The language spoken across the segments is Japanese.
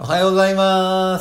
おはようございます。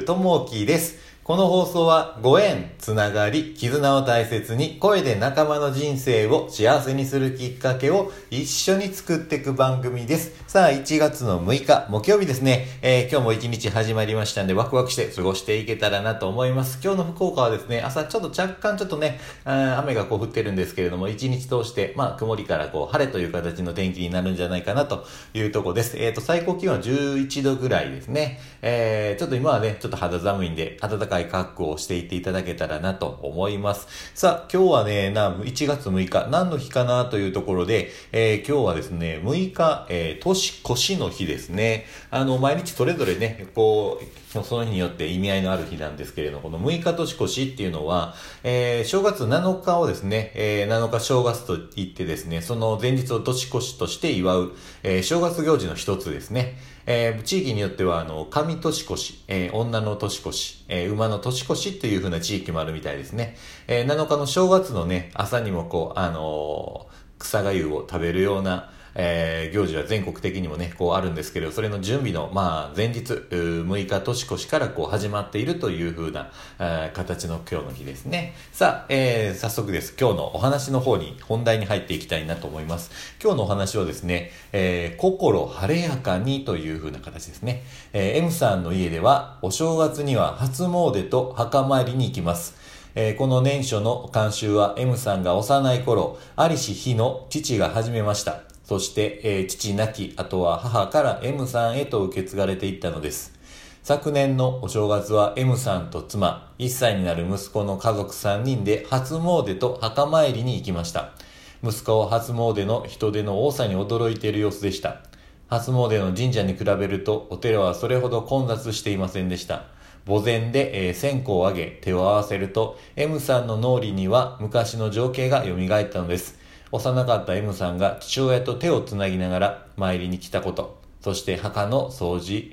ともきです。この放送はご縁、つながり、絆を大切に声で仲間の人生を幸せにするきっかけを一緒に作っていく番組です。さあ、1月の6日木曜日ですね。今日も一日始まりましたんでワクワクして過ごしていけたらなと思います。今日の福岡はですね、朝ちょっと若干雨が降ってるんですけれども、一日通して曇りから晴れという形の天気になるんじゃないかなというところです。最高気温は11度ぐらいですね。ちょっと今はね、ちょっと肌寒いんで暖かい格好をしていっていただけたらなと思います。さあ、今日はね、1月6日、何の日かなというところで、今日はですね、6日、年越しの日ですね。毎日それぞれね、その日によって意味合いのある日なんですけれども、この6日年越しっていうのは、正月7日をですね、7日正月と言ってですね、その前日を年越しとして祝う、正月行事の一つですね。地域によっては、上年越し、女の年越し、馬の年越しっていう風な地域もあるみたいですね。7日の正月のね、朝にも草がゆを食べるような、行事は全国的にもね、あるんですけど、それの準備の、前日、6日年越しから始まっているという風な、形の今日の日ですね。さあ、早速です。今日のお話の方に、本題に入っていきたいなと思います。今日のお話はですね、心晴れやかにという風な形ですね。M さんの家では、お正月には初詣と墓参りに行きます。この年初の慣習は M さんが幼い頃、ありし日の父が始めました。そして、父亡き、あとは母から M さんへと受け継がれていったのです。昨年のお正月は M さんと妻、1歳になる息子の家族3人で初詣と墓参りに行きました。息子は初詣の人出の多さに驚いている様子でした。初詣の神社に比べるとお寺はそれほど混雑していませんでした。墓前で、線香をあげ手を合わせると M さんの脳裏には昔の情景が蘇ったのです。幼かった M さんが父親と手をつなぎながら参りに来たこと、そして墓の掃除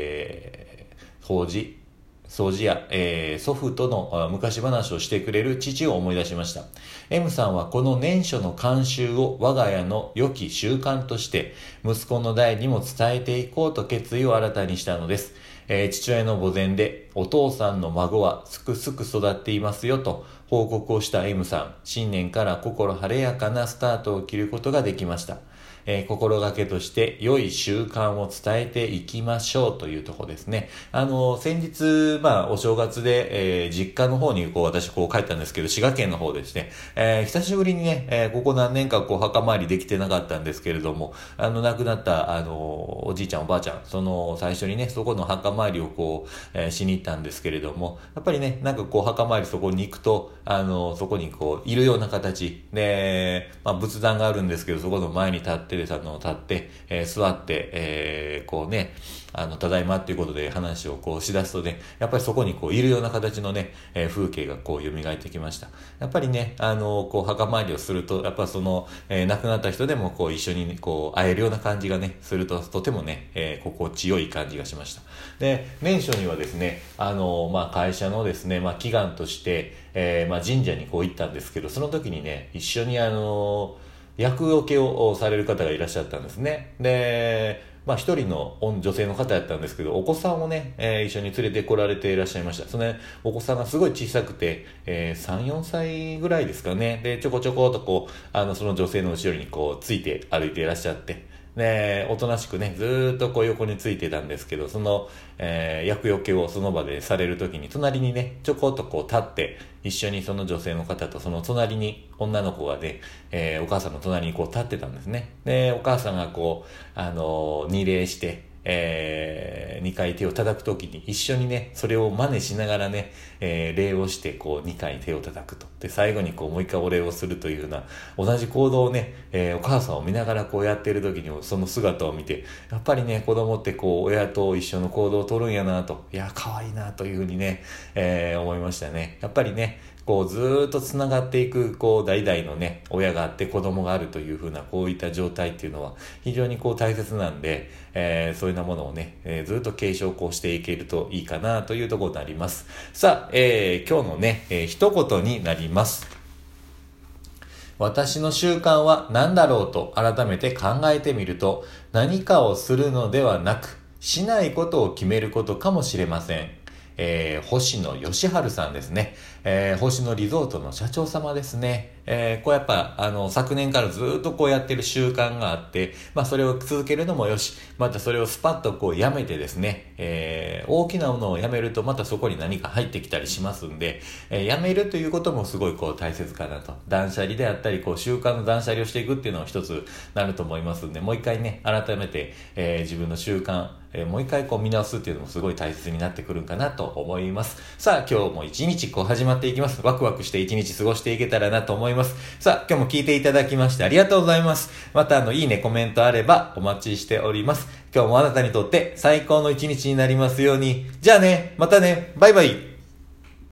や、祖父との昔話をしてくれる父を思い出しました。M さんはこの年初の慣習を我が家の良き習慣として息子の代にも伝えていこうと決意を新たにしたのです。父親の墓前でお父さんの孫はすくすく育っていますよと報告をした M さん、新年から心晴れやかなスタートを切ることができました。心がけとして良い習慣を伝えていきましょうというところですね。先日、お正月で、実家の方に私帰ったんですけど、滋賀県の方でですね、久しぶりにね、ここ何年か墓参りできてなかったんですけれども、亡くなった、おじいちゃんおばあちゃん、最初にね、そこの墓参りをしに行ったんですけれども、やっぱりね、墓参りそこに行くと、そこにいるような形で、仏壇があるんですけど、そこの前に立って、座って、ただいまっていうことで話をしだすとね、やっぱりそこにいるような形のね、風景が蘇ってきました。やっぱりね、墓参りをすると、やっぱ亡くなった人でも一緒に会えるような感じがね、すると、とてもね、心地よい感じがしました。で、年初にはですね、会社のですね、祈願として、神社に行ったんですけど、その時にね、一緒に厄除けをされる方がいらっしゃったんですね。で、一人の女性の方やったんですけど、お子さんをね、一緒に連れて来られていらっしゃいました。そのね、お子さんがすごい小さくて、3、4歳ぐらいですかね。で、ちょこちょことその女性の後ろについて歩いていらっしゃって、で、おとなしくね、ずーっと横についてたんですけど、厄除けをその場でされるときに、隣にね、ちょこっと立って、一緒にその女性の方とその隣に女の子がね、お母さんの隣に立ってたんですね。で、お母さんが二礼して、2回手を叩くときに一緒にね、それを真似しながらね、礼をして2回手を叩くと。で、最後にもう一回お礼をするというような、同じ行動をね、お母さんを見ながらやっているときにその姿を見て、やっぱりね、子供って親と一緒の行動を取るんやなと、いや、可愛いなというふうにね、思いましたね。やっぱりね、ずーっとつながっていく、代々のね、親があって子供があるというふうな、こういった状態っていうのは、非常に大切なんで、そういうようなものをね、ずっと継承していけるといいかなというところになります。さあ、今日のね、一言になります。私の習慣は何だろうと改めて考えてみると、何かをするのではなく、 しないことを決めることかもしれません。星野義治さんですね。星野リゾートの社長様ですね。こうやっぱ、昨年からずっとこうやってる習慣があって、それを続けるのもよし、またそれをスパッとこうやめてですね、大きなものをやめるとまたそこに何か入ってきたりしますんで、やめるということもすごいこう大切かなと。断捨離であったり、こう習慣の断捨離をしていくっていうのは一つなると思いますんで、もう一回ね、改めて、自分の習慣、もう一回こう見直すっていうのもすごい大切になってくるんかなと思います。さあ、今日も一日こう始まっていきます。ワクワクして一日過ごしていけたらなと思います。さあ、今日も聞いていただきましてありがとうございます。またいいね、コメントあればお待ちしております。今日もあなたにとって最高の一日になりますように。じゃあね、またね、バイバイ。